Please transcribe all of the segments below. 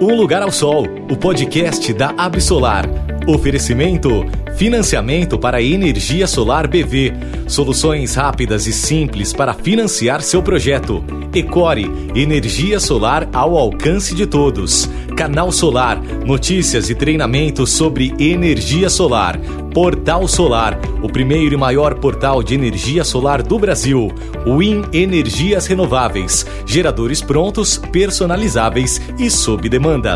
Um Lugar ao Sol, o podcast da Absolar. Oferecimento: financiamento para energia solar BV. Soluções rápidas e simples para financiar seu projeto. Ecore, energia solar ao alcance de todos. Canal Solar, notícias e treinamentos sobre energia solar. Portal Solar, o primeiro e maior portal de energia solar do Brasil. Win Energias Renováveis, geradores prontos, personalizáveis e sob demanda.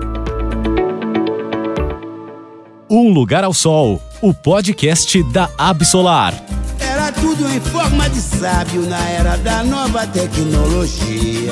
Um Lugar ao Sol, o podcast da Absolar. Era tudo em forma de sábio na era da nova tecnologia.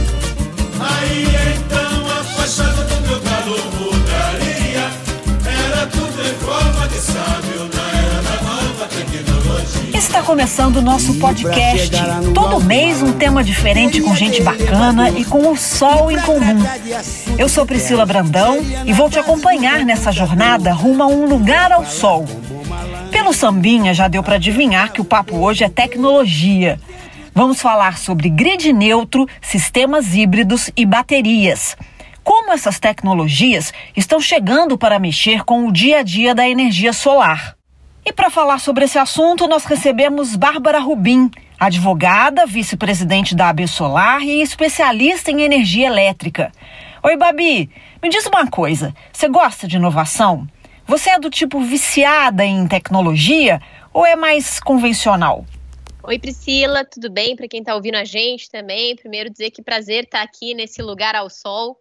Aí então a fachada do meu calor mudaria. Era tudo em forma de sábio na era da nova tecnologia. Está começando o nosso podcast. Todo mês um tema diferente com gente bacana e com o sol em comum. Eu sou Priscila Brandão e vou te acompanhar nessa jornada rumo a um lugar ao sol. Pelo sambinha já deu para adivinhar que o papo hoje é tecnologia. Vamos falar sobre grid neutro, sistemas híbridos e baterias. Como essas tecnologias estão chegando para mexer com o dia a dia da energia solar. E para falar sobre esse assunto, nós recebemos Bárbara Rubim, advogada, vice-presidente da Absolar e especialista em energia elétrica. Oi, Babi, me diz uma coisa, você gosta de inovação? Você é do tipo viciada em tecnologia ou é mais convencional? Oi, Priscila, tudo bem? Para quem está ouvindo a gente também, primeiro dizer que prazer estar aqui nesse lugar ao sol.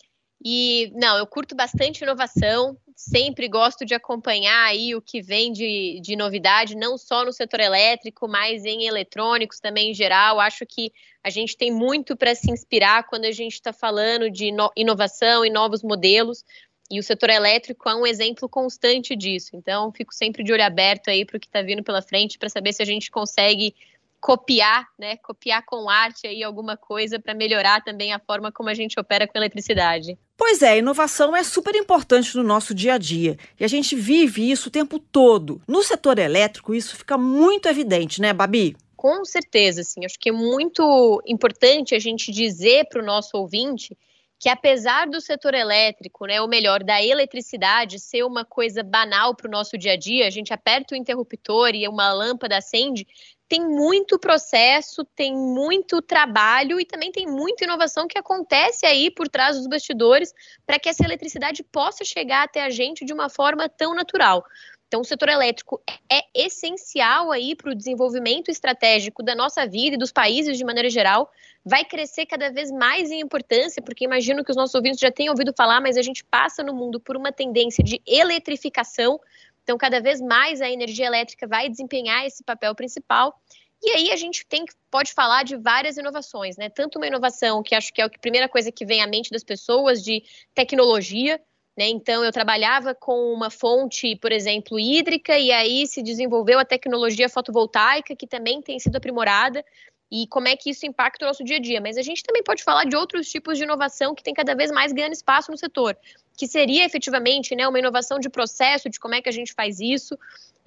E, eu curto bastante inovação, sempre gosto de acompanhar aí o que vem de novidade, não só no setor elétrico, mas em eletrônicos também em geral. Acho que a gente tem muito para se inspirar quando a gente está falando de inovação e novos modelos. E o setor elétrico é um exemplo constante disso. Então, fico sempre de olho aberto aí para o que está vindo pela frente, para saber se a gente consegue copiar com arte aí alguma coisa para melhorar também a forma como a gente opera com eletricidade. Pois é, a inovação é super importante no nosso dia a dia. E a gente vive isso o tempo todo. No setor elétrico, isso fica muito evidente, né, Babi? Com certeza, sim. Acho que é muito importante a gente dizer para o nosso ouvinte que apesar do setor elétrico, ou melhor, da eletricidade ser uma coisa banal para o nosso dia a dia, a gente aperta o interruptor e uma lâmpada acende, tem muito processo, tem muito trabalho e também tem muita inovação que acontece aí por trás dos bastidores para que essa eletricidade possa chegar até a gente de uma forma tão natural. Então, o setor elétrico é essencial aí para o desenvolvimento estratégico da nossa vida e dos países de maneira geral. Vai crescer cada vez mais em importância, porque imagino que os nossos ouvintes já tenham ouvido falar, mas a gente passa no mundo por uma tendência de eletrificação. Então, cada vez mais a energia elétrica vai desempenhar esse papel principal. E aí a gente pode falar de várias inovações, né? Tanto uma inovação que acho que é a primeira coisa que vem à mente das pessoas, de tecnologia. Então, eu trabalhava com uma fonte, por exemplo, hídrica, e aí se desenvolveu a tecnologia fotovoltaica, que também tem sido aprimorada, e como é que isso impacta o nosso dia a dia. Mas a gente também pode falar de outros tipos de inovação que tem cada vez mais ganhando espaço no setor, que seria efetivamente uma inovação de processo, de como é que a gente faz isso,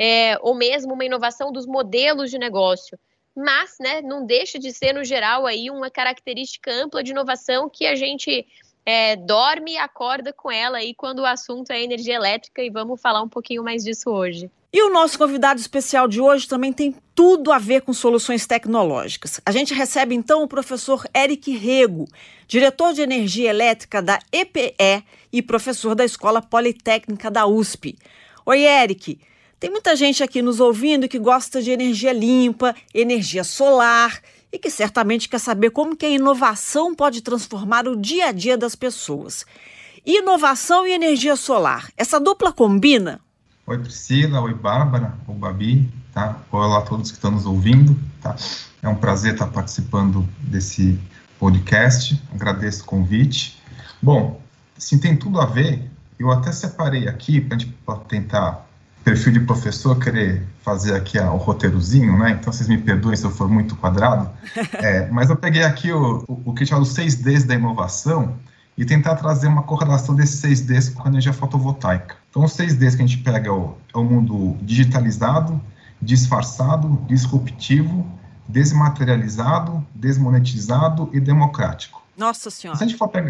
ou mesmo uma inovação dos modelos de negócio. Mas, não deixa de ser, no geral, aí uma característica ampla de inovação que a gente dorme e acorda com ela aí quando o assunto é energia elétrica, e vamos falar um pouquinho mais disso hoje. E o nosso convidado especial de hoje também tem tudo a ver com soluções tecnológicas. A gente recebe então o professor Eric Rego, diretor de energia elétrica da EPE e professor da Escola Politécnica da USP. Oi, Eric. Tem muita gente aqui nos ouvindo que gosta de energia limpa, energia solar e que certamente quer saber como que a inovação pode transformar o dia a dia das pessoas. Inovação e energia solar, essa dupla combina? Oi, Priscila, oi, Bárbara, oi, Babi, tá? Olá a todos que estão nos ouvindo, tá? É um prazer estar participando desse podcast, agradeço o convite. Bom, assim, tem tudo a ver, eu até separei aqui para a gente tentar, perfil de professor, querer fazer aqui o roteirozinho, né? Então vocês me perdoem se eu for muito quadrado, mas eu peguei aqui o que chama os 6Ds da inovação e tentar trazer uma correlação desses 6Ds com a energia fotovoltaica. Então os 6Ds que a gente pega é o mundo digitalizado, disfarçado, disruptivo, desmaterializado, desmonetizado e democrático. Nossa Senhora! Se a gente for pegar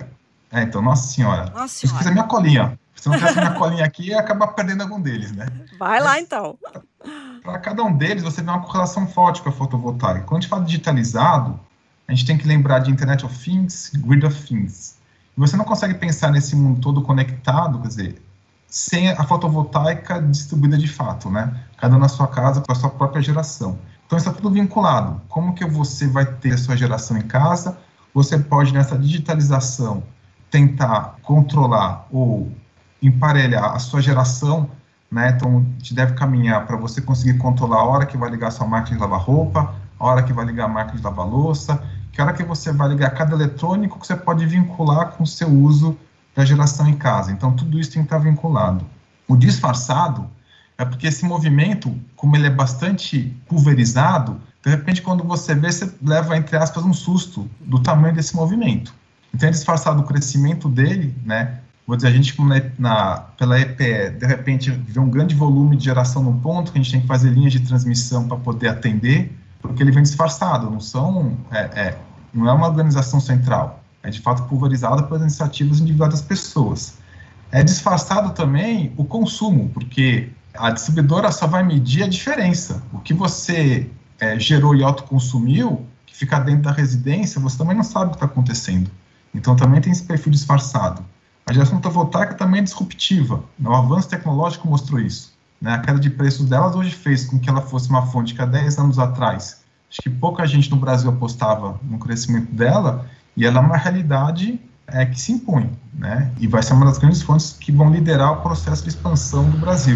Então, Nossa Senhora. Eu fiz a minha colinha. Se não tivesse minha colinha aqui, ia acabar perdendo algum deles, né? Vai lá, então. Para cada um deles, você vê uma correlação forte com a fotovoltaica. Quando a gente fala digitalizado, a gente tem que lembrar de Internet of Things, Grid of Things. E você não consegue pensar nesse mundo todo conectado, quer dizer, sem a fotovoltaica distribuída de fato, né? Cada um na sua casa com a sua própria geração. Então, isso está tudo vinculado. Como que você vai ter a sua geração em casa? Você pode, nessa digitalização, tentar controlar ou emparelhar a sua geração, né? Então, a gente deve caminhar para você conseguir controlar a hora que vai ligar a sua máquina de lavar roupa, a hora que vai ligar a máquina de lavar louça, que hora que você vai ligar cada eletrônico que você pode vincular com o seu uso da geração em casa. Então, tudo isso tem que estar vinculado. O disfarçado é porque esse movimento, como ele é bastante pulverizado, de repente, quando você vê, você leva, entre aspas, um susto do tamanho desse movimento. Então, é disfarçado o crescimento dele, né? Vou dizer, a gente, pela EPE, de repente, vê um grande volume de geração num ponto, que a gente tem que fazer linhas de transmissão para poder atender, porque ele vem disfarçado, não é uma organização central, é de fato pulverizado pelas iniciativas individuais das pessoas. É disfarçado também o consumo, porque a distribuidora só vai medir a diferença. O que você gerou e autoconsumiu, que fica dentro da residência, você também não sabe o que está acontecendo. Então também tem esse perfil disfarçado. A geração fotovoltaica também é disruptiva. O avanço tecnológico mostrou isso, né? A queda de preços delas hoje fez com que ela fosse uma fonte que há 10 anos atrás, acho que pouca gente no Brasil apostava no crescimento dela, e ela é uma realidade que se impõe, né? E vai ser uma das grandes fontes que vão liderar o processo de expansão do Brasil.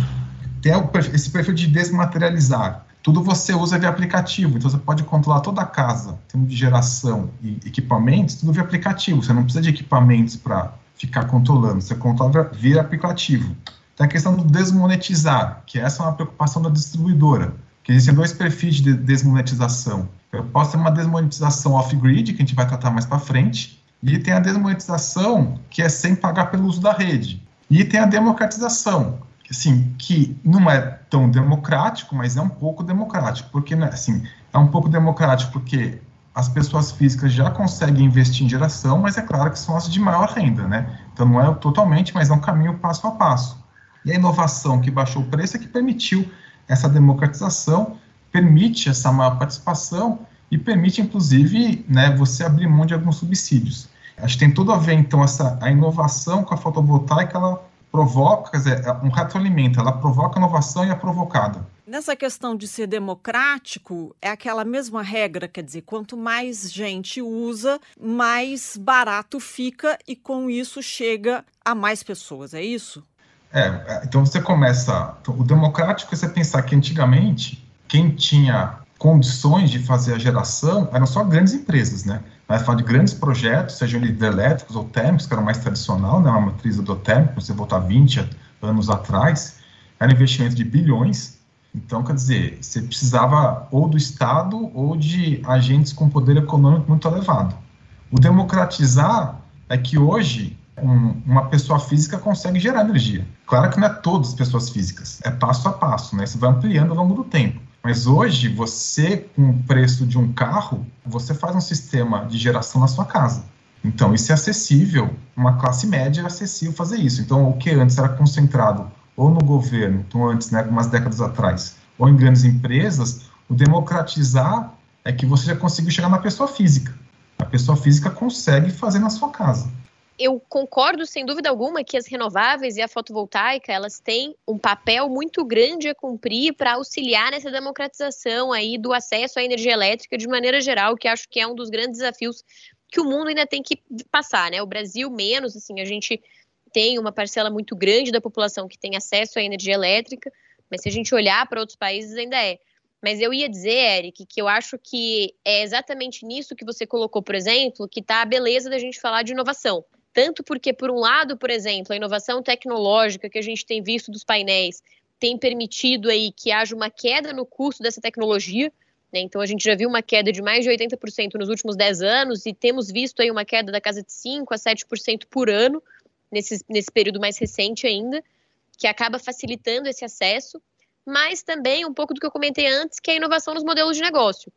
Tem esse perfil de desmaterializar. Tudo você usa via aplicativo, então você pode controlar toda a casa, tendo de geração e equipamentos, tudo via aplicativo. Você não precisa de equipamentos para ficar controlando, você controla via aplicativo. Tem a questão do desmonetizar, que essa é uma preocupação da distribuidora, que existem dois perfis de desmonetização. Eu posso ter uma desmonetização off-grid, que a gente vai tratar mais para frente, e tem a desmonetização, que é sem pagar pelo uso da rede. E tem a democratização, assim, que não é tão democrático, mas é um pouco democrático. Porque, né, assim, é um pouco democrático porque as pessoas físicas já conseguem investir em geração, mas é claro que são as de maior renda, né? Então não é totalmente, mas é um caminho passo a passo. E a inovação que baixou o preço é que permitiu essa democratização, permite essa maior participação e permite, inclusive, né, você abrir mão de alguns subsídios. Acho que tem tudo a ver, então, a inovação com a fotovoltaica, ela provoca, quer dizer, um retroalimento, ela provoca a inovação e é provocada. Nessa questão de ser democrático, é aquela mesma regra, quer dizer, quanto mais gente usa, mais barato fica e com isso chega a mais pessoas, é isso? Então você começa, o democrático é você pensar que antigamente, quem tinha condições de fazer a geração eram só grandes empresas, né? Vai falar de grandes projetos, sejam hidrelétricos ou térmicos, que era o mais tradicional, né? Uma matriz hidrotérmica, você voltar 20 anos atrás, era investimento de bilhões. Então, quer dizer, você precisava ou do Estado ou de agentes com poder econômico muito elevado. O democratizar é que hoje uma pessoa física consegue gerar energia. Claro que não é todas as pessoas físicas, é passo a passo, né? Você vai ampliando ao longo do tempo. Mas hoje, você, com o preço de um carro, você faz um sistema de geração na sua casa. Então, isso é acessível, uma classe média é acessível fazer isso. Então, o que antes era concentrado ou no governo, então antes, né, algumas décadas atrás, ou em grandes empresas, o democratizar é que você já conseguiu chegar na pessoa física. A pessoa física consegue fazer na sua casa. Eu concordo, sem dúvida alguma, que as renováveis e a fotovoltaica, elas têm um papel muito grande a cumprir para auxiliar nessa democratização aí do acesso à energia elétrica de maneira geral, que acho que é um dos grandes desafios que o mundo ainda tem que passar, né? O Brasil menos, assim, a gente tem uma parcela muito grande da população que tem acesso à energia elétrica, mas se a gente olhar para outros países ainda é. Mas eu ia dizer, Eric, que eu acho que é exatamente nisso que você colocou, por exemplo, que está a beleza da gente falar de inovação. Tanto porque, por um lado, por exemplo, a inovação tecnológica que a gente tem visto dos painéis tem permitido aí que haja uma queda no custo dessa tecnologia, né? Então a gente já viu uma queda de mais de 80% nos últimos 10 anos e temos visto aí uma queda da casa de 5% a 7% por ano, nesse período mais recente ainda, que acaba facilitando esse acesso, mas também um pouco do que eu comentei antes, que é a inovação nos modelos de negócio.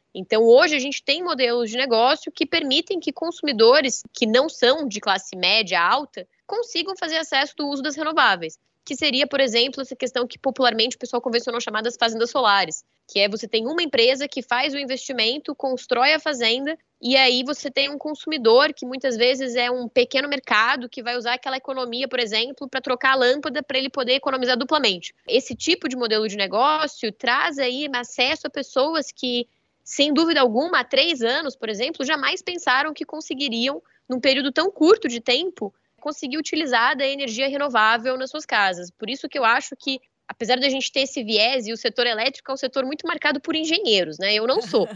Então, hoje a gente tem modelos de negócio que permitem que consumidores que não são de classe média alta consigam fazer acesso do uso das renováveis, que seria, por exemplo, essa questão que popularmente o pessoal convencionou chamadas fazendas solares, que é você tem uma empresa que faz o investimento, constrói a fazenda, e aí você tem um consumidor que muitas vezes é um pequeno mercado que vai usar aquela economia, por exemplo, para trocar a lâmpada para ele poder economizar duplamente. Esse tipo de modelo de negócio traz aí acesso a pessoas que, sem dúvida alguma, há 3 anos, por exemplo, jamais pensaram que conseguiriam, num período tão curto de tempo, conseguir utilizar da energia renovável nas suas casas. Por isso que eu acho que, apesar da gente ter esse viés, e o setor elétrico é um setor muito marcado por engenheiros, né? Eu não sou.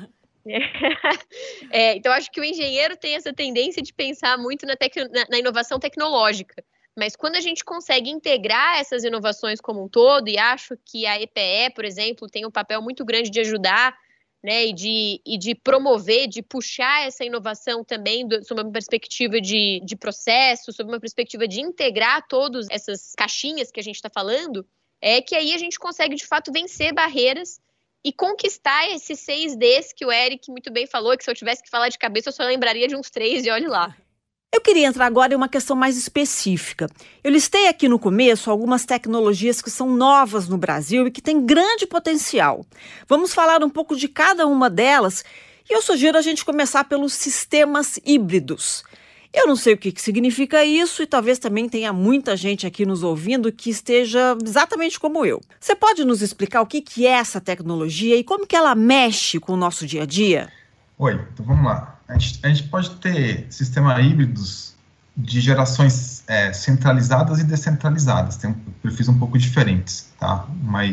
Então, acho que o engenheiro tem essa tendência de pensar muito na inovação tecnológica. Mas quando a gente consegue integrar essas inovações como um todo, e acho que a EPE, por exemplo, tem um papel muito grande de ajudar, né, e de promover, de puxar essa inovação também sob uma perspectiva de processo, sob uma perspectiva de integrar todas essas caixinhas que a gente está falando, é que aí a gente consegue, de fato, vencer barreiras e conquistar esses 6 Ds que o Eric muito bem falou, que se eu tivesse que falar de cabeça, eu só lembraria de uns 3 e olhe lá. Eu queria entrar agora em uma questão mais específica. Eu listei aqui no começo algumas tecnologias que são novas no Brasil e que têm grande potencial. Vamos falar um pouco de cada uma delas e eu sugiro a gente começar pelos sistemas híbridos. Eu não sei o que significa isso e talvez também tenha muita gente aqui nos ouvindo que esteja exatamente como eu. Você pode nos explicar o que é essa tecnologia e como que ela mexe com o nosso dia a dia? Oi, então vamos lá. A gente pode ter sistemas híbridos de gerações centralizadas e descentralizadas, tem perfis um pouco diferentes, tá?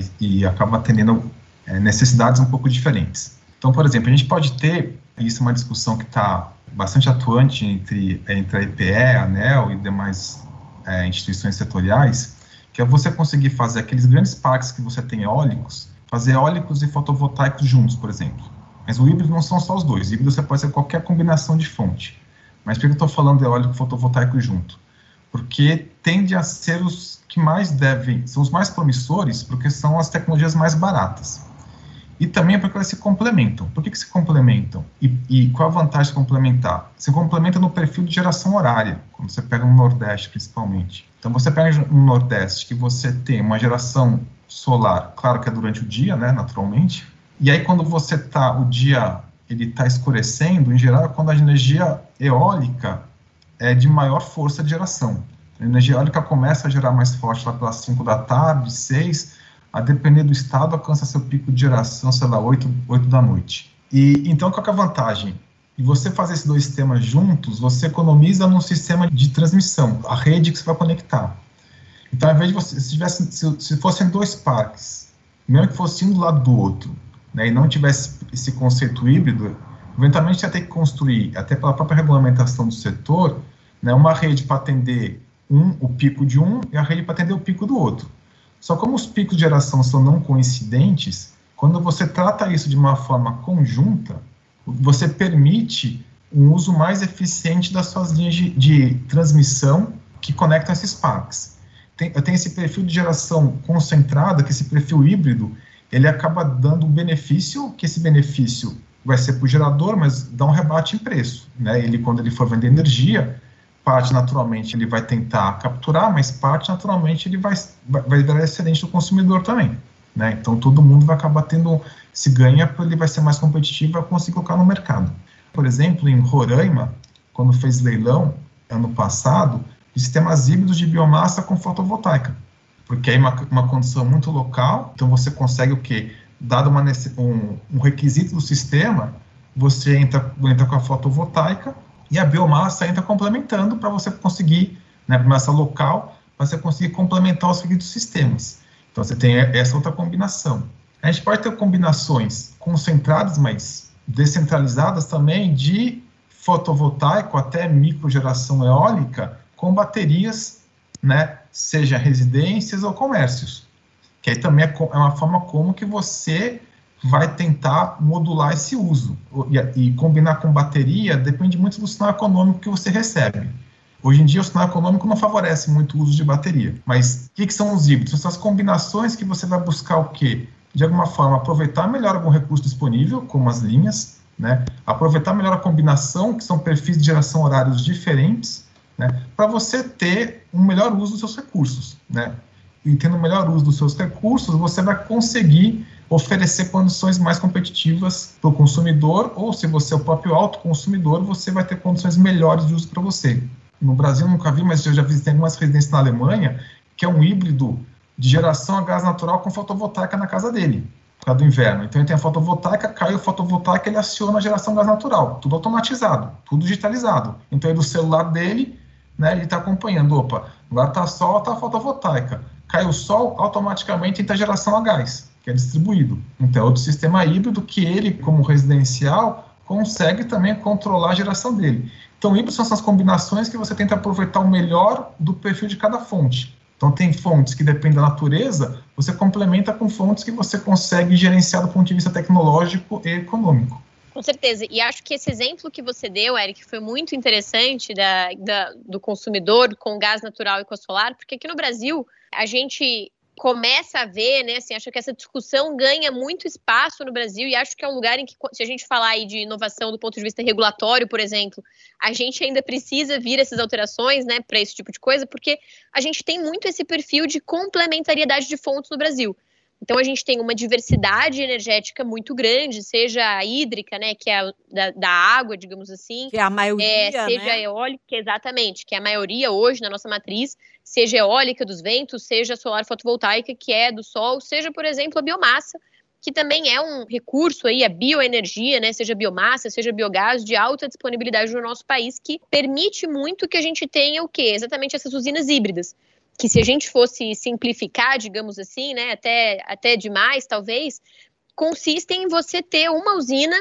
E acaba atendendo necessidades um pouco diferentes. Então, por exemplo, a gente pode ter, isso é uma discussão que está bastante atuante entre a EPE, a ANEEL e demais instituições setoriais, que é você conseguir fazer aqueles grandes parques que você tem eólicos, fazer eólicos e fotovoltaicos juntos, por exemplo. Mas o híbrido não são só os dois. O híbrido você pode ser qualquer combinação de fonte. Mas por que eu estou falando de eólico e fotovoltaico junto? Porque tende a ser os que mais são os mais promissores, porque são as tecnologias mais baratas. E também porque elas se complementam. Por que se complementam? E qual a vantagem de complementar? Se complementa no perfil de geração horária, quando você pega no Nordeste, principalmente. Então, você pega no Nordeste, que você tem uma geração solar, claro que é durante o dia, né, naturalmente. E aí, quando o dia está escurecendo, em geral, é quando a energia eólica é de maior força de geração. A energia eólica começa a gerar mais forte lá pelas 5 da tarde, 6, a depender do estado, alcança seu pico de geração, sei lá, 8 da noite. E então, qual que é a vantagem? E você fazer esses dois sistemas juntos, você economiza num sistema de transmissão, a rede que você vai conectar. Então, ao invés de você, se fossem 2 parques, mesmo que fosse um do lado do outro, né, e não tivesse esse conceito híbrido, eventualmente ia ter que construir, até pela própria regulamentação do setor, né, uma rede para atender o pico de um e a rede para atender o pico do outro. Só como os picos de geração são não coincidentes, quando você trata isso de uma forma conjunta, você permite um uso mais eficiente das suas linhas de transmissão que conectam esses parques. Eu tenho esse perfil de geração concentrada, que esse perfil híbrido, ele acaba dando um benefício, que esse benefício vai ser para o gerador, mas dá um rebate em preço, né? Ele, quando ele for vender energia, parte naturalmente ele vai tentar capturar, mas parte naturalmente ele vai dar excedente do consumidor também, né? Então todo mundo vai acabar tendo, se ganha, ele vai ser mais competitivo e vai conseguir colocar no mercado. Por exemplo, em Roraima, quando fez leilão, ano passado, de sistemas híbridos de biomassa com fotovoltaica. Porque aí uma condição muito local, então você consegue o quê? Dado um requisito do sistema, você entra com a fotovoltaica e a biomassa entra complementando para você conseguir, né, biomassa local, para você conseguir complementar os requisitos dos sistemas. Então você tem essa outra combinação. A gente pode ter combinações concentradas, mas descentralizadas também, de fotovoltaico até microgeração eólica com baterias, né, seja residências ou comércios, que aí também é uma forma como que você vai tentar modular esse uso, e combinar com bateria depende muito do sinal econômico que você recebe. Hoje em dia o sinal econômico não favorece muito o uso de bateria, mas o que são os híbridos? São essas combinações que você vai buscar o quê? de alguma forma, aproveitar melhor algum recurso disponível, como as linhas, né? Aproveitar melhor a combinação, que são perfis de geração horários diferentes, né? Para você ter um melhor uso dos seus recursos, né? E tendo um melhor uso dos seus recursos, você vai conseguir oferecer condições mais competitivas para o consumidor, ou se você é o próprio autoconsumidor, você vai ter condições melhores de uso para você. No Brasil eu nunca vi, mas eu já visitei algumas residências na Alemanha, que é um híbrido de geração a gás natural com fotovoltaica na casa dele, por causa do inverno. Então ele tem a fotovoltaica, caiu a fotovoltaica, ele aciona a geração a gás natural, tudo automatizado, tudo digitalizado. Então é do celular dele, né, ele está acompanhando, opa, agora está sol, está a fotovoltaica. Cai o sol, automaticamente entra a geração a gás, que é distribuído. Então é outro sistema híbrido que ele, como residencial, consegue também controlar a geração dele. Então híbridos são essas combinações que você tenta aproveitar o melhor do perfil de cada fonte. Então tem fontes que dependem da natureza, você complementa com fontes que você consegue gerenciar do ponto de vista tecnológico e econômico. Com certeza, e acho que esse exemplo que você deu, Eric, foi muito interessante do consumidor com gás natural e com a solar, porque aqui no Brasil a gente começa a ver, né, assim, acho que essa discussão ganha muito espaço no Brasil e acho que é um lugar em que, se a gente falar aí de inovação do ponto de vista regulatório, por exemplo, a gente ainda precisa vir essas alterações, né, para esse tipo de coisa, porque a gente tem muito esse perfil de complementariedade de fontes no Brasil. Então, a gente tem uma diversidade energética muito grande, seja a hídrica, né, que é da água, digamos assim. Que é a maioria, seja né? a eólica, exatamente, que é a maioria hoje na nossa matriz, seja a eólica dos ventos, seja a solar fotovoltaica, que é do sol, seja, por exemplo, a biomassa, que também é um recurso aí, a bioenergia, né, seja biomassa, seja biogás, de alta disponibilidade no nosso país, que permite muito que a gente tenha o quê? Exatamente essas usinas híbridas. Que se a gente fosse simplificar, digamos assim, né, até demais, talvez, consistem em você ter uma usina,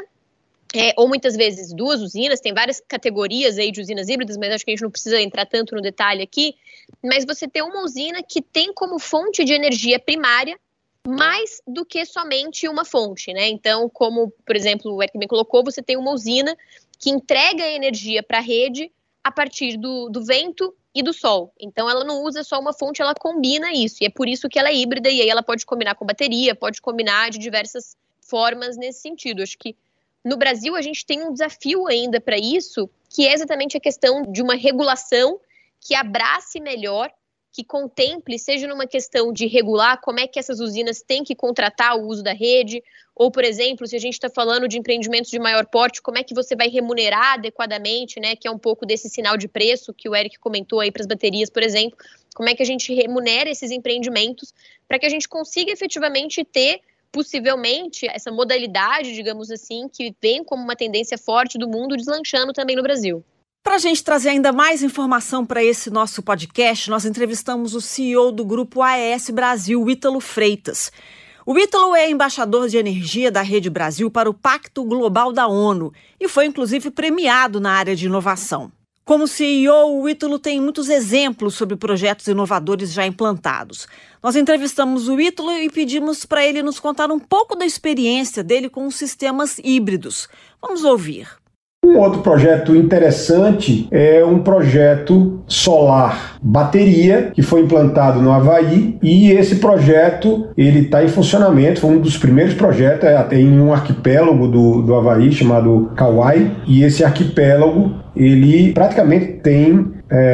ou muitas vezes duas usinas, tem várias categorias aí de usinas híbridas, mas acho que a gente não precisa entrar tanto no detalhe aqui, mas você ter uma usina que tem como fonte de energia primária mais do que somente uma fonte, né? Então, como, por exemplo, o Eric me colocou, você tem uma usina que entrega energia para a rede a partir do vento e do sol. Então, ela não usa só uma fonte, ela combina isso. E é por isso que ela é híbrida, e aí ela pode combinar com bateria, pode combinar de diversas formas nesse sentido. Acho que no Brasil a gente tem um desafio ainda para isso, que é exatamente a questão de uma regulação que abrace melhor, que contemple, seja numa questão de regular como é que essas usinas têm que contratar o uso da rede, ou, por exemplo, se a gente está falando de empreendimentos de maior porte, como é que você vai remunerar adequadamente, né, que é um pouco desse sinal de preço que o Eric comentou aí para as baterias, por exemplo, como é que a gente remunera esses empreendimentos para que a gente consiga efetivamente ter, possivelmente, essa modalidade, digamos assim, que vem como uma tendência forte do mundo deslanchando também no Brasil. Para a gente trazer ainda mais informação para esse nosso podcast, nós entrevistamos o CEO do Grupo AES Brasil, o Ítalo Freitas. O Ítalo é embaixador de energia da Rede Brasil para o Pacto Global da ONU e foi, inclusive, premiado na área de inovação. Como CEO, o Ítalo tem muitos exemplos sobre projetos inovadores já implantados. Nós entrevistamos o Ítalo e pedimos para ele nos contar um pouco da experiência dele com os sistemas híbridos. Vamos ouvir. Um outro projeto interessante é um projeto solar bateria que foi implantado no Havaí, e esse projeto ele está em funcionamento, foi um dos primeiros projetos em um arquipélago do Havaí chamado Kauai, e esse arquipélago ele praticamente tem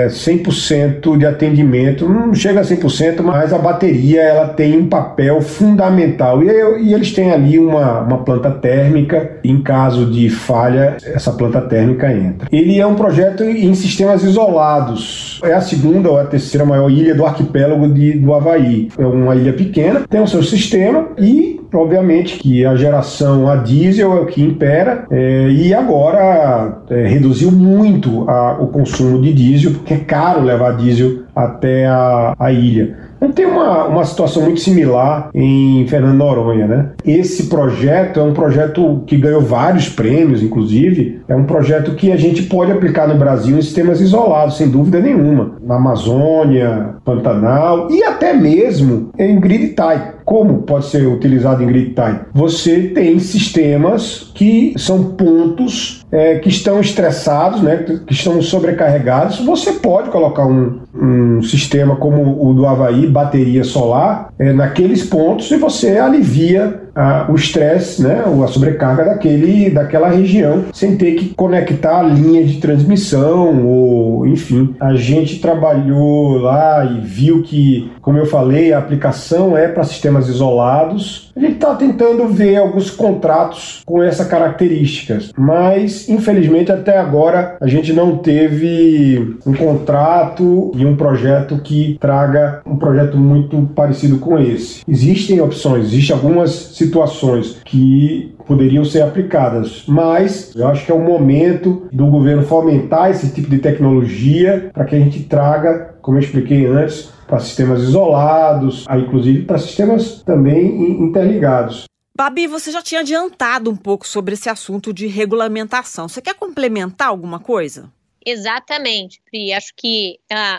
100% de atendimento, não chega a 100%, mas a bateria ela tem um papel fundamental e eles têm ali uma planta térmica, em caso de falha essa planta térmica entra. Ele é um projeto em sistemas isolados, é a segunda ou a terceira maior ilha do arquipélago do Havaí, é uma ilha pequena, tem o seu sistema e obviamente que a geração a diesel é o que impera, e agora reduziu muito o consumo de diesel, porque é caro levar diesel até a ilha. Então, tem uma situação muito similar em Fernando Noronha, né? Esse projeto é um projeto que ganhou vários prêmios, inclusive, é um projeto que a gente pode aplicar no Brasil em sistemas isolados, sem dúvida nenhuma, na Amazônia, Pantanal e até mesmo em grid tie. Como pode ser utilizado em grid tie? Você tem sistemas que são pontos que estão estressados, né, que estão sobrecarregados. Você pode colocar um sistema como o do Avaí, bateria solar, naqueles pontos, e você alivia o estresse, né, a sobrecarga daquela região, sem ter que conectar a linha de transmissão, ou enfim. A gente trabalhou lá e viu que, como eu falei, a aplicação é para sistemas isolados. A gente está tentando ver alguns contratos com essas características, mas infelizmente até agora a gente não teve um contrato e um projeto que traga um projeto muito parecido com esse. Existem opções, existem algumas situações que poderiam ser aplicadas, mas eu acho que é o momento do governo fomentar esse tipo de tecnologia para que a gente traga, como eu expliquei antes, para sistemas isolados, inclusive para sistemas também interligados. Babi, você já tinha adiantado um pouco sobre esse assunto de regulamentação. Você quer complementar alguma coisa? Exatamente, Pri. Acho que a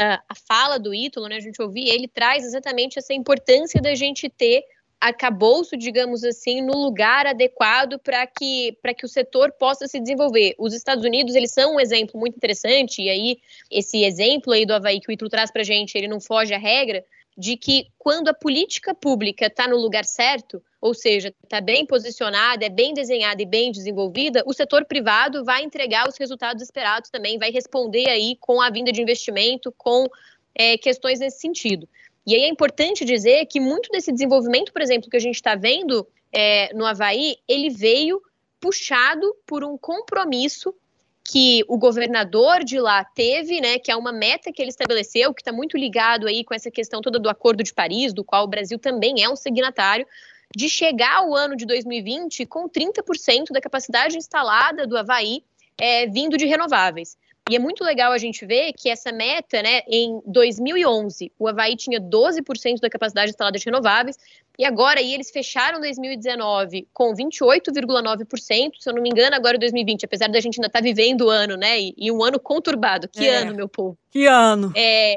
fala do Ítalo, né, a gente ouvir, ele traz exatamente essa importância da gente ter arcabouço, digamos assim, no lugar adequado para que o setor possa se desenvolver. Os Estados Unidos, eles são um exemplo muito interessante, e aí esse exemplo aí do Avaí que o Ítalo traz para a gente, ele não foge à regra, de que quando a política pública está no lugar certo, ou seja, está bem posicionada, é bem desenhada e bem desenvolvida, o setor privado vai entregar os resultados esperados também, vai responder aí com a vinda de investimento, com questões nesse sentido. E aí é importante dizer que muito desse desenvolvimento, por exemplo, que a gente está vendo no Avaí, ele veio puxado por um compromisso que o governador de lá teve, né, que é uma meta que ele estabeleceu, que está muito ligado aí com essa questão toda do Acordo de Paris, do qual o Brasil também é um signatário, de chegar ao ano de 2020 com 30% da capacidade instalada do Avaí vindo de renováveis. E é muito legal a gente ver que essa meta, né, em 2011, o Avaí tinha 12% da capacidade instalada de renováveis, e agora aí eles fecharam 2019 com 28,9%, se eu não me engano, agora em 2020, apesar da gente ainda estar vivendo o ano, né, e um ano conturbado. Que ano, meu povo? Que ano?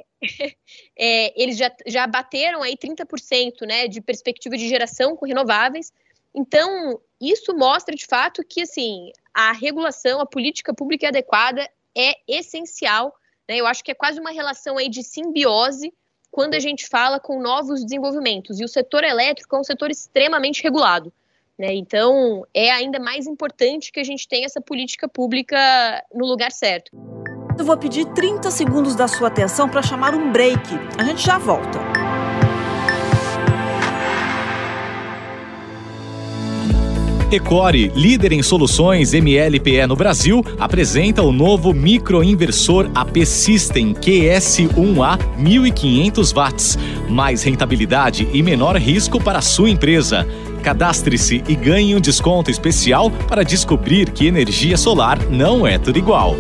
Eles já bateram aí 30%, né, de perspectiva de geração com renováveis. Então, isso mostra de fato que, assim, a regulação, a política pública adequada é essencial, né? Eu acho que é quase uma relação aí de simbiose quando a gente fala com novos desenvolvimentos. E o setor elétrico é um setor extremamente regulado, né? Então, é ainda mais importante que a gente tenha essa política pública no lugar certo. Eu vou pedir 30 segundos da sua atenção para chamar um break. A gente já volta. Ecore, líder em soluções MLPE no Brasil, apresenta o novo microinversor AP System QS1A 1500 watts. Mais rentabilidade e menor risco para a sua empresa. Cadastre-se e ganhe um desconto especial para descobrir que energia solar não é tudo igual.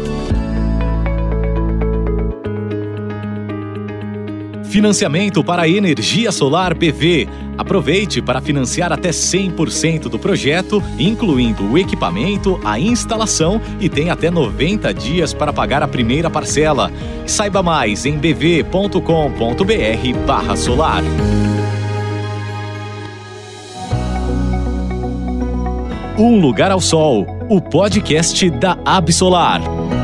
Financiamento para energia solar PV. Aproveite para financiar até 100% do projeto, incluindo o equipamento, a instalação, e tem até 90 dias para pagar a primeira parcela. Saiba mais em bv.com.br/solar. Um Lugar ao Sol, o podcast da Absolar.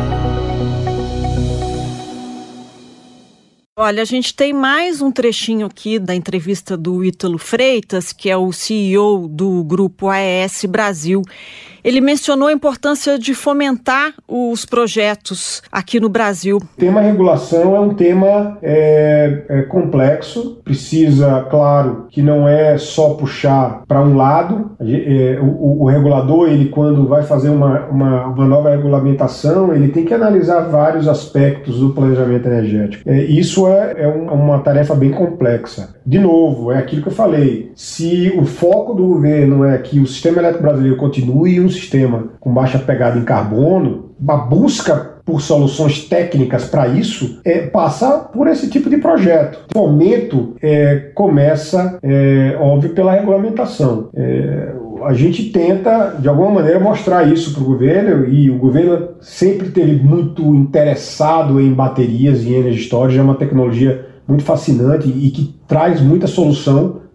Olha, a gente tem mais um trechinho aqui da entrevista do Ítalo Freitas, que é o CEO do Grupo AES Brasil. Ele mencionou a importância de fomentar os projetos aqui no Brasil. O tema regulação é um tema complexo, precisa, claro, que não é só puxar para um lado. O regulador, ele quando vai fazer uma nova regulamentação, ele tem que analisar vários aspectos do planejamento energético. Isso é uma tarefa bem complexa. De novo, é aquilo que eu falei, se o foco do governo é que o sistema elétrico brasileiro continue um sistema com baixa pegada em carbono, a busca por soluções técnicas para isso passa por esse tipo de projeto. O fomento começa, óbvio, pela regulamentação. A gente tenta, de alguma maneira, mostrar isso para o governo, e o governo sempre esteve muito interessado em baterias e energy storage. É uma tecnologia muito fascinante e que traz muita solução,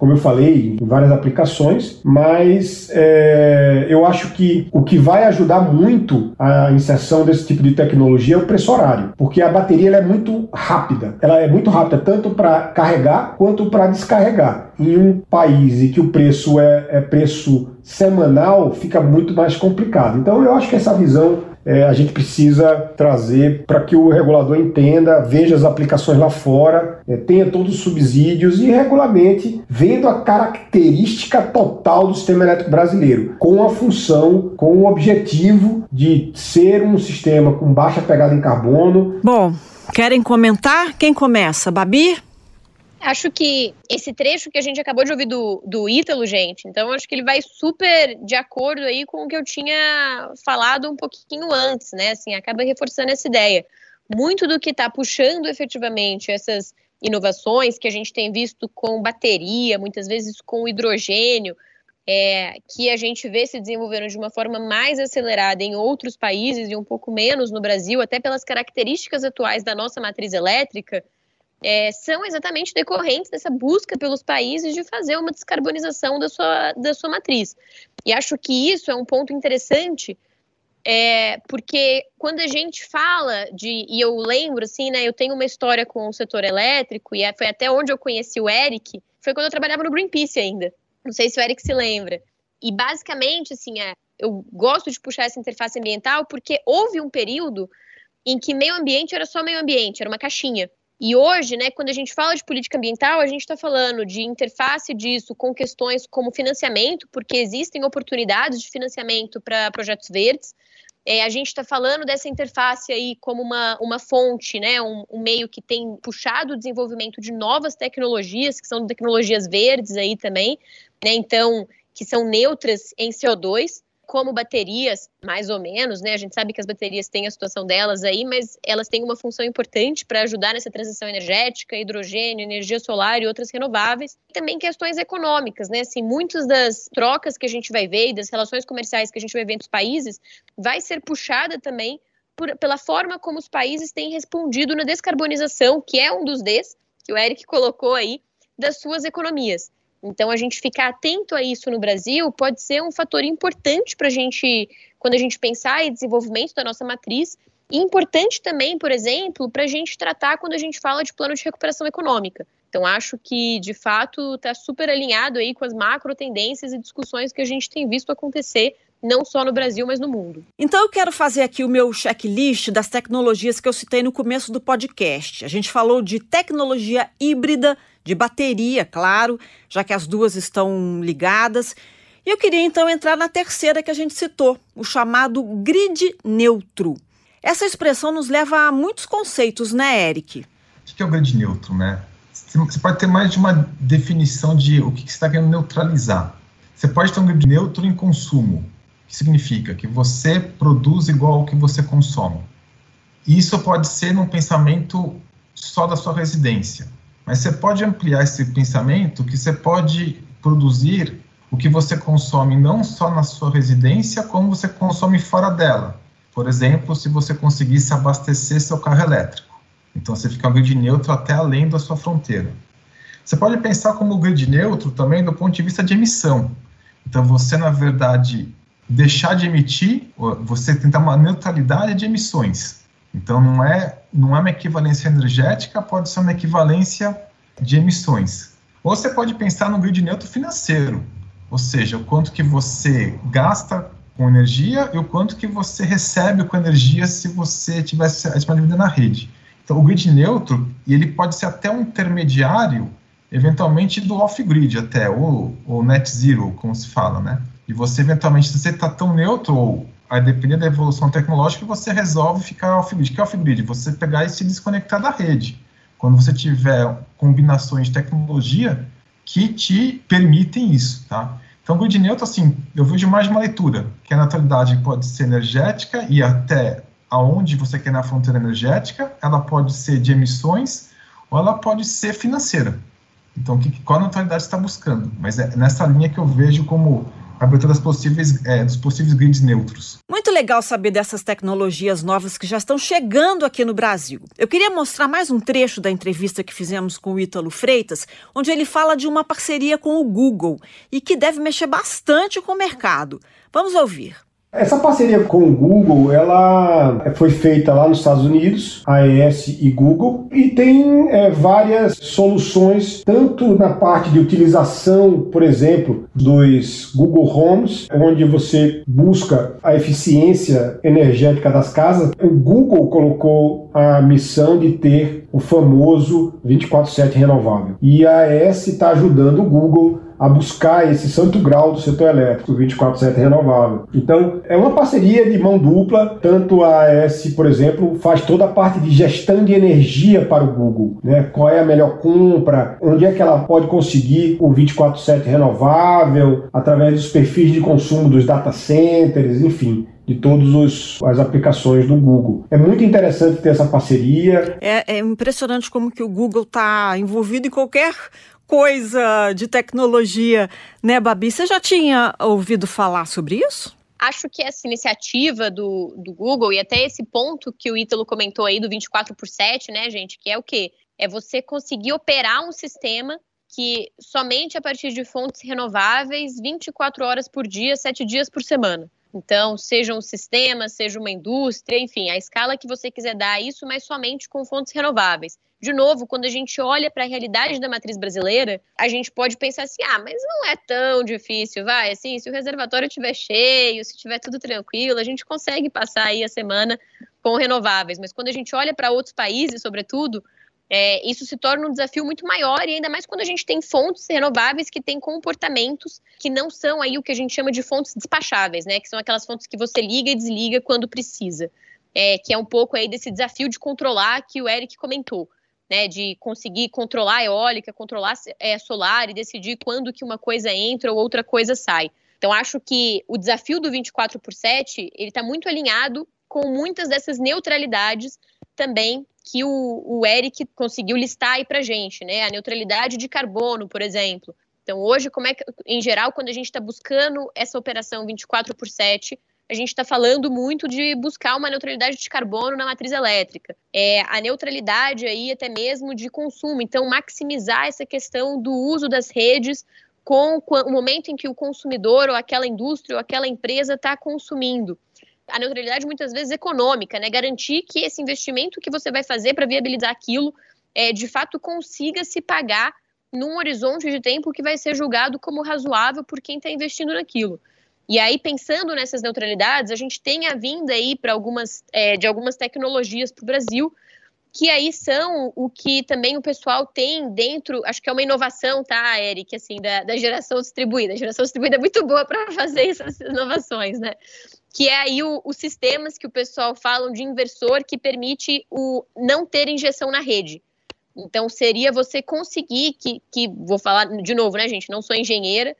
como eu falei, em várias aplicações, mas eu acho que o que vai ajudar muito a inserção desse tipo de tecnologia é o preço horário, porque a bateria ela é muito rápida. Ela é muito rápida tanto para carregar quanto para descarregar. Em um país em que o preço é preço semanal, fica muito mais complicado. Então eu acho que essa visão a gente precisa trazer para que o regulador entenda, veja as aplicações lá fora, tenha todos os subsídios e regulamente, vendo a característica total do sistema elétrico brasileiro, com a função, com o objetivo de ser um sistema com baixa pegada em carbono. Bom, querem comentar? Quem começa? Babi? Acho que esse trecho que a gente acabou de ouvir do Ítalo, gente, então acho que ele vai super de acordo aí com o que eu tinha falado um pouquinho antes, né? Assim, acaba reforçando essa ideia. Muito do que está puxando efetivamente essas inovações que a gente tem visto com bateria, muitas vezes com hidrogênio, que a gente vê se desenvolvendo de uma forma mais acelerada em outros países e um pouco menos no Brasil, até pelas características atuais da nossa matriz elétrica, são exatamente decorrentes dessa busca pelos países de fazer uma descarbonização da sua matriz. E acho que isso é um ponto interessante, porque quando a gente fala e eu lembro, assim, né, eu tenho uma história com o setor elétrico, e foi até onde eu conheci o Eric, foi quando eu trabalhava no Greenpeace ainda. Não sei se o Eric se lembra. E basicamente, assim, eu gosto de puxar essa interface ambiental porque houve um período em que meio ambiente era só meio ambiente, era uma caixinha. E hoje, né, quando a gente fala de política ambiental, a gente está falando de interface disso com questões como financiamento, porque existem oportunidades de financiamento para projetos verdes. A gente está falando dessa interface aí como uma fonte, né, um meio que tem puxado o desenvolvimento de novas tecnologias, que são tecnologias verdes aí também, né, então, que são neutras em CO2, como baterias, mais ou menos, né? A gente sabe que as baterias têm a situação delas aí, mas elas têm uma função importante para ajudar nessa transição energética, hidrogênio, energia solar e outras renováveis. E também questões econômicas, né? Assim, muitas das trocas que a gente vai ver e das relações comerciais que a gente vai ver entre os países vai ser puxada também pela forma como os países têm respondido na descarbonização, que é um dos Ds, que o Eric colocou aí, das suas economias. Então, a gente ficar atento a isso no Brasil pode ser um fator importante para a gente, quando a gente pensar em desenvolvimento da nossa matriz, e importante também, por exemplo, para a gente tratar quando a gente fala de plano de recuperação econômica. Então, acho que, de fato, está super alinhado aí com as macro tendências e discussões que a gente tem visto acontecer, não só no Brasil, mas no mundo. Então, eu quero fazer aqui o meu checklist das tecnologias que eu citei no começo do podcast. A gente falou de tecnologia híbrida, de bateria, claro, já que as duas estão ligadas. E eu queria, então, entrar na terceira que a gente citou, o chamado grid neutro. Essa expressão nos leva a muitos conceitos, né, Eric? O que é o grid neutro, né? Você pode ter mais de uma definição de o que você está querendo neutralizar. Você pode ter um grid neutro em consumo, que significa que você produz igual ao que você consome. E isso pode ser num pensamento só da sua residência. Mas você pode ampliar esse pensamento que você pode produzir o que você consome não só na sua residência, como você consome fora dela. Por exemplo, se você conseguisse abastecer seu carro elétrico. Então, você fica um grid neutro até além da sua fronteira. Você pode pensar como grid neutro também do ponto de vista de emissão. Então, você, na verdade, deixar de emitir, você tentar uma neutralidade de emissões. Então, não é uma equivalência energética, pode ser uma equivalência de emissões. Ou você pode pensar no grid neutro financeiro, ou seja, o quanto que você gasta com energia e o quanto que você recebe com energia se você tivesse a disponibilidade na rede. Então, o grid neutro, ele pode ser até um intermediário, eventualmente, do off-grid até, ou net zero, como se fala, né? E você, eventualmente, se você está tão neutro, ou a depender da evolução tecnológica, você resolve ficar off-grid. O que é off-grid? Você pegar e se desconectar da rede. Quando você tiver combinações de tecnologia que te permitem isso, tá? Então, o grid neutro, assim, eu vejo mais de uma leitura, que a neutralidade pode ser energética e até aonde você quer na fronteira energética, ela pode ser de emissões ou ela pode ser financeira. Então, qual a neutralidade você está buscando? Mas é nessa linha que eu vejo como abertura dos possíveis grids neutros. Muito legal saber dessas tecnologias novas que já estão chegando aqui no Brasil. Eu queria mostrar mais um trecho da entrevista que fizemos com o Ítalo Freitas, onde ele fala de uma parceria com o Google e que deve mexer bastante com o mercado. Vamos ouvir. Essa parceria com o Google, ela foi feita lá nos Estados Unidos, AES e Google, e tem várias soluções, tanto na parte de utilização, por exemplo, dos Google Homes, onde você busca a eficiência energética das casas. O Google colocou a missão de ter o famoso 24/7 renovável. E a AES está ajudando o Google a buscar esse santo grau do setor elétrico, 24/7 renovável. Então, é uma parceria de mão dupla, tanto a AES, por exemplo, faz toda a parte de gestão de energia para o Google, né? Qual é a melhor compra, onde é que ela pode conseguir o 24/7 renovável, através dos perfis de consumo dos data centers, enfim, de todas as aplicações do Google. É muito interessante ter essa parceria. É impressionante como que o Google está envolvido em qualquer coisa de tecnologia, né, Babi? Você já tinha ouvido falar sobre isso? Acho que essa iniciativa do Google e até esse ponto que o Ítalo comentou aí do 24/7, né, gente, que é o quê? É você conseguir operar um sistema que somente a partir de fontes renováveis, 24 horas por dia, 7 dias por semana. Então, seja um sistema, seja uma indústria, enfim, a escala que você quiser dar isso, mas somente com fontes renováveis. De novo, quando a gente olha para a realidade da matriz brasileira, a gente pode pensar assim, mas não é tão difícil, vai, assim, se o reservatório estiver cheio, se estiver tudo tranquilo, a gente consegue passar aí a semana com renováveis. Mas quando a gente olha para outros países, sobretudo, isso se torna um desafio muito maior, e ainda mais quando a gente tem fontes renováveis que têm comportamentos que não são aí o que a gente chama de fontes despacháveis, né? Que são aquelas fontes que você liga e desliga quando precisa. Que é um pouco aí desse desafio de controlar que o Eric comentou, né? De conseguir controlar a eólica, controlar a solar e decidir quando que uma coisa entra ou outra coisa sai. Então, acho que o desafio do 24/7, ele está muito alinhado com muitas dessas neutralidades também que o Eric conseguiu listar aí pra gente, né? A neutralidade de carbono, por exemplo. Então, hoje, em geral, quando a gente está buscando essa operação 24/7, a gente está falando muito de buscar uma neutralidade de carbono na matriz elétrica. A neutralidade aí até mesmo de consumo. Então, maximizar essa questão do uso das redes com o momento em que o consumidor ou aquela indústria ou aquela empresa está consumindo. A neutralidade muitas vezes econômica, né? Garantir que esse investimento que você vai fazer para viabilizar aquilo, de fato consiga se pagar num horizonte de tempo que vai ser julgado como razoável por quem está investindo naquilo. E aí, pensando nessas neutralidades, a gente tem a vinda aí de algumas tecnologias para o Brasil, que aí são o que também o pessoal tem dentro, acho que é uma inovação, tá, Eric, assim, da geração distribuída. A geração distribuída é muito boa para fazer essas inovações, né? Que é aí os sistemas que o pessoal fala de inversor, que permite o não ter injeção na rede. Então, seria você conseguir, vou falar de novo, né, gente, não sou engenheira,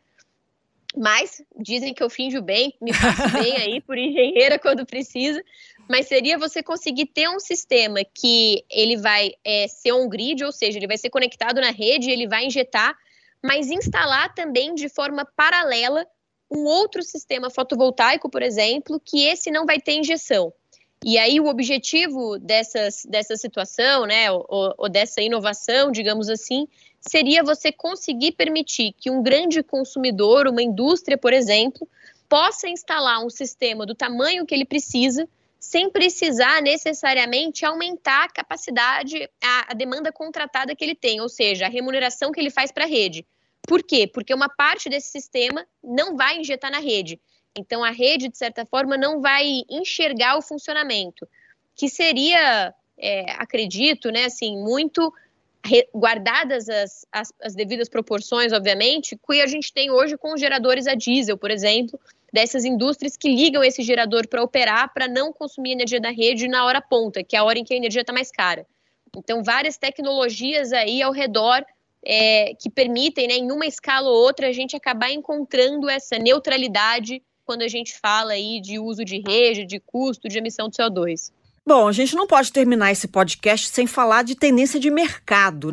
mas dizem que eu finjo bem, me faço bem aí por engenheira quando precisa, mas seria você conseguir ter um sistema que ele vai ser on-grid, ou seja, ele vai ser conectado na rede, ele vai injetar, mas instalar também de forma paralela um outro sistema fotovoltaico, por exemplo, que esse não vai ter injeção. E aí o objetivo dessa situação, né, ou dessa inovação, digamos assim, seria você conseguir permitir que um grande consumidor, uma indústria, por exemplo, possa instalar um sistema do tamanho que ele precisa, sem precisar necessariamente aumentar a capacidade, a demanda contratada que ele tem, ou seja, a remuneração que ele faz para a rede. Por quê? Porque uma parte desse sistema não vai injetar na rede. Então, a rede, de certa forma, não vai enxergar o funcionamento, que seria, acredito, né, assim, muito guardadas as devidas proporções, obviamente, que a gente tem hoje com os geradores a diesel, por exemplo, dessas indústrias que ligam esse gerador para operar, para não consumir energia da rede na hora ponta, que é a hora em que a energia está mais cara. Então, várias tecnologias aí ao redor que permitem, né, em uma escala ou outra, a gente acabar encontrando essa neutralidade quando a gente fala aí de uso de rede, de custo, de emissão de CO2. Bom, a gente não pode terminar esse podcast sem falar de tendência de mercado, né?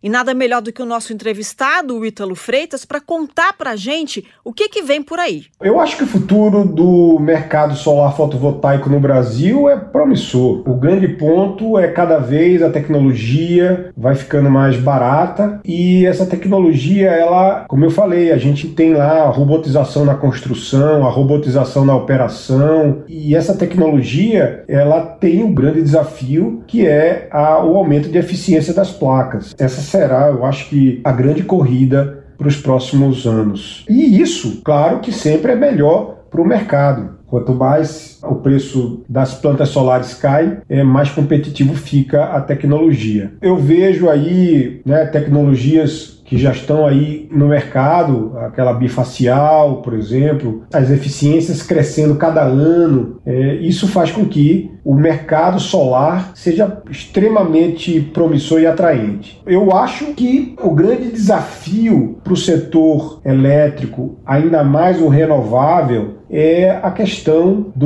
E nada melhor do que o nosso entrevistado, o Ítalo Freitas, para contar para a gente o que vem por aí. Eu acho que o futuro do mercado solar fotovoltaico no Brasil é promissor. O grande ponto é cada vez a tecnologia vai ficando mais barata e essa tecnologia, ela, como eu falei, a gente tem lá a robotização na construção, a robotização na operação e essa tecnologia, ela tem um grande desafio que é o aumento de eficiência das placas. Essa será, eu acho que, a grande corrida para os próximos anos. E isso, claro que sempre é melhor para o mercado. Quanto mais o preço das plantas solares cai, mais competitivo fica a tecnologia. Eu vejo aí tecnologias que já estão aí no mercado, aquela bifacial, por exemplo, as eficiências crescendo cada ano. Isso faz com que o mercado solar seja extremamente promissor e atraente. Eu acho que o grande desafio para o setor elétrico, ainda mais o renovável, é a questão do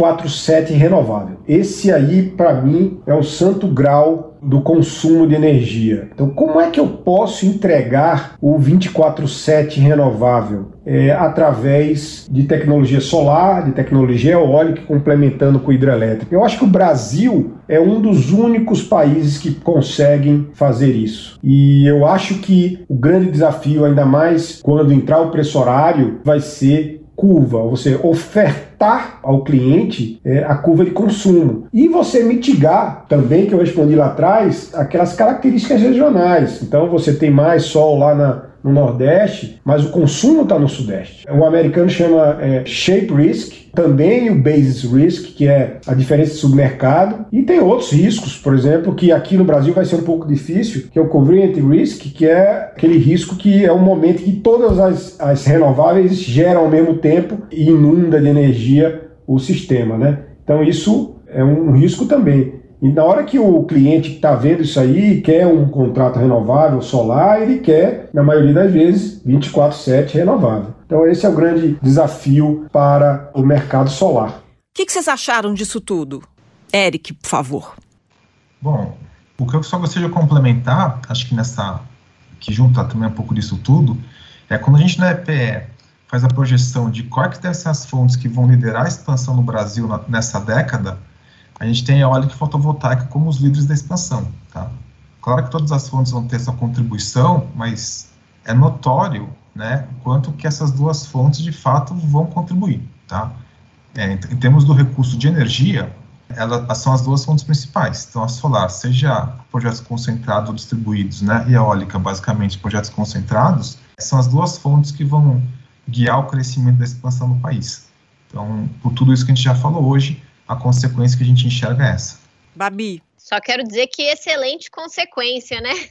24/7 renovável. Esse aí, para mim, é o santo grau do consumo de energia. Então, como é que eu posso entregar o 24/7 renovável? Através de tecnologia solar, de tecnologia eólica, complementando com hidrelétrica. Eu acho que o Brasil é um dos únicos países que conseguem fazer isso. E eu acho que o grande desafio, ainda mais quando entrar o preço horário, vai ser curva, você ofertar ao cliente a curva de consumo. E você mitigar também, que eu respondi lá atrás, aquelas características regionais. Então você tem mais sol lá no Nordeste, mas o consumo está no Sudeste. O americano chama shape risk, também o basis risk, que é a diferença de submercado, e tem outros riscos, por exemplo, que aqui no Brasil vai ser um pouco difícil, que é o covariant risk, que é aquele risco que é um momento que todas as renováveis geram ao mesmo tempo e inunda de energia o sistema, né? Então isso é um risco também. E na hora que o cliente está vendo isso aí, quer um contrato renovável solar, ele quer, na maioria das vezes, 24/7 renovável. Então esse é o grande desafio para o mercado solar. O que vocês acharam disso tudo? Eric, por favor. Bom, o que eu só gostaria de complementar, acho que junta também um pouco disso tudo, é quando a gente na EPE faz a projeção de quais devem ser as fontes que vão liderar a expansão no Brasil nessa década, a gente tem a eólica e fotovoltaica como os líderes da expansão, tá? Claro que todas as fontes vão ter sua contribuição, mas é notório, né, quanto que essas duas fontes de fato vão contribuir, tá? Em termos do recurso de energia, elas são as duas fontes principais. Então a solar, seja projetos concentrados ou distribuídos, né, e a eólica, basicamente projetos concentrados, são as duas fontes que vão guiar o crescimento da expansão no país. Então, por tudo isso que a gente já falou hoje, a consequência que a gente enxerga é essa. Babi. Só quero dizer que excelente consequência, né?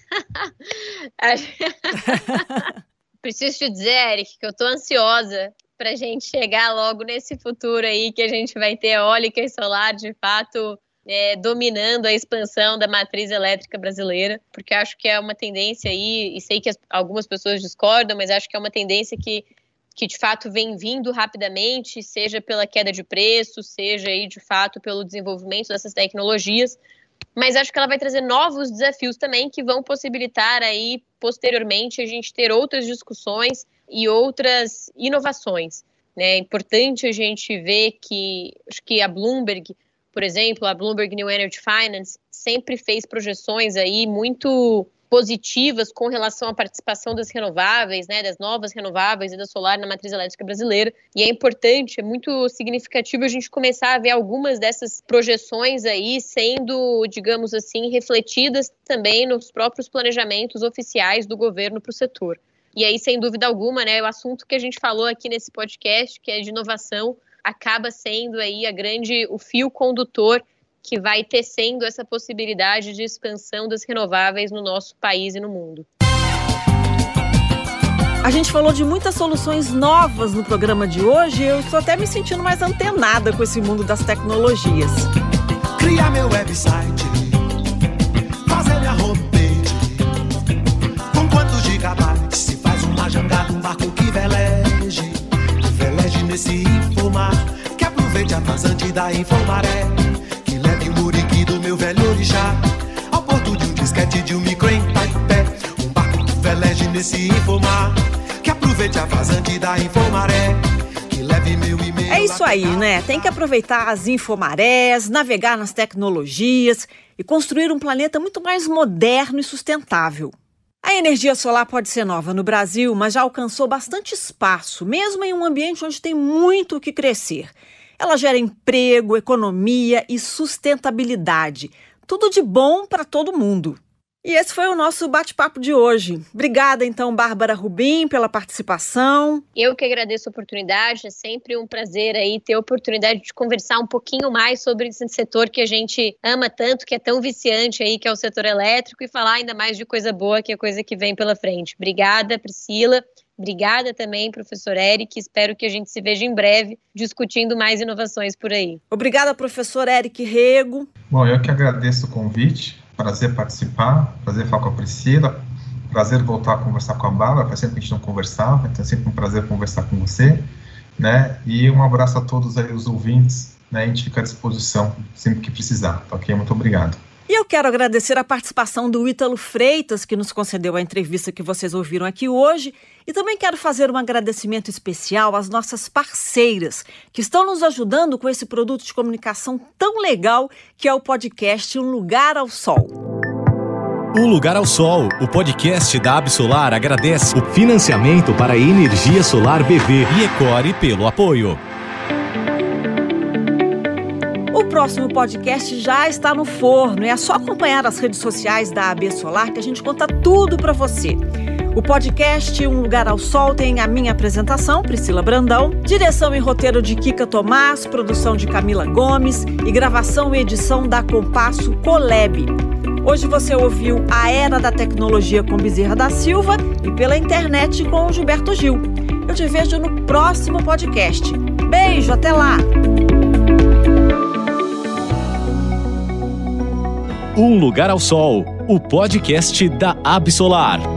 Preciso te dizer, Eric, que eu tô ansiosa pra gente chegar logo nesse futuro aí que a gente vai ter eólica e solar, de fato, dominando a expansão da matriz elétrica brasileira, porque acho que é uma tendência aí, e sei que algumas pessoas discordam, mas acho que é uma tendência que de fato vem vindo rapidamente, seja pela queda de preço, seja aí de fato pelo desenvolvimento dessas tecnologias, mas acho que ela vai trazer novos desafios também que vão possibilitar aí posteriormente a gente ter outras discussões e outras inovações, né? É importante a gente ver que, acho que a Bloomberg, por exemplo, a Bloomberg New Energy Finance sempre fez projeções aí muito positivas com relação à participação das renováveis, né, das novas renováveis e da solar na matriz elétrica brasileira. E é importante, é muito significativo a gente começar a ver algumas dessas projeções aí sendo, digamos assim, refletidas também nos próprios planejamentos oficiais do governo para o setor. E aí, sem dúvida alguma, né, o assunto que a gente falou aqui nesse podcast, que é de inovação, acaba sendo aí o fio condutor que vai tecendo essa possibilidade de expansão das renováveis no nosso país e no mundo. A gente falou de muitas soluções novas no programa de hoje e eu estou até me sentindo mais antenada com esse mundo das tecnologias. Criar meu website, fazer minha homepage, com quantos gigabytes se faz uma jangada, um barco que veleje nesse infomar, que aproveite a vazante da Infomaré, que leve o muriqui do meu velho orixá ao porto de um disquete de um micro em Taipé. verde nesse Infomar, que aproveite a vazante da Infomaré, que leve meu e-mail. É isso aí, né? Tem que aproveitar as infomarés, navegar nas tecnologias e construir um planeta muito mais moderno e sustentável. A energia solar pode ser nova no Brasil, mas já alcançou bastante espaço, mesmo em um ambiente onde tem muito o que crescer. Ela gera emprego, economia e sustentabilidade. Tudo de bom para todo mundo. E esse foi o nosso bate-papo de hoje. Obrigada, então, Bárbara Rubim, pela participação. Eu que agradeço a oportunidade, é sempre um prazer aí ter a oportunidade de conversar um pouquinho mais sobre esse setor que a gente ama tanto, que é tão viciante aí, que é o setor elétrico, e falar ainda mais de coisa boa, que é coisa que vem pela frente. Obrigada, Priscila. Obrigada também, professor Eric. Espero que a gente se veja em breve discutindo mais inovações por aí. Obrigada, professor Eric Rego. Bom, eu que agradeço o convite. Prazer participar, prazer falar com a Priscila, prazer voltar a conversar com a Bárbara, faz tempo que a gente não conversava, então é sempre um prazer conversar com você, né? E um abraço a todos aí, os ouvintes, né? A gente fica à disposição sempre que precisar, tá ok? Muito obrigado. E eu quero agradecer a participação do Ítalo Freitas, que nos concedeu a entrevista que vocês ouviram aqui hoje. E também quero fazer um agradecimento especial às nossas parceiras, que estão nos ajudando com esse produto de comunicação tão legal que é o podcast Um Lugar ao Sol. Um Lugar ao Sol, o podcast da Absolar agradece o financiamento para a energia solar BV e Ecore pelo apoio. O próximo podcast já está no forno. É só acompanhar as redes sociais da AB Solar que a gente conta tudo para você. O podcast Um Lugar ao Sol tem a minha apresentação, Priscila Brandão, direção e roteiro de Kika Tomás, produção de Camila Gomes e gravação e edição da Compasso Colab. Hoje você ouviu A Era da Tecnologia com Bezerra da Silva e pela internet com o Gilberto Gil. Eu te vejo no próximo podcast. Beijo, até lá! Um Lugar ao Sol, o podcast da Absolar.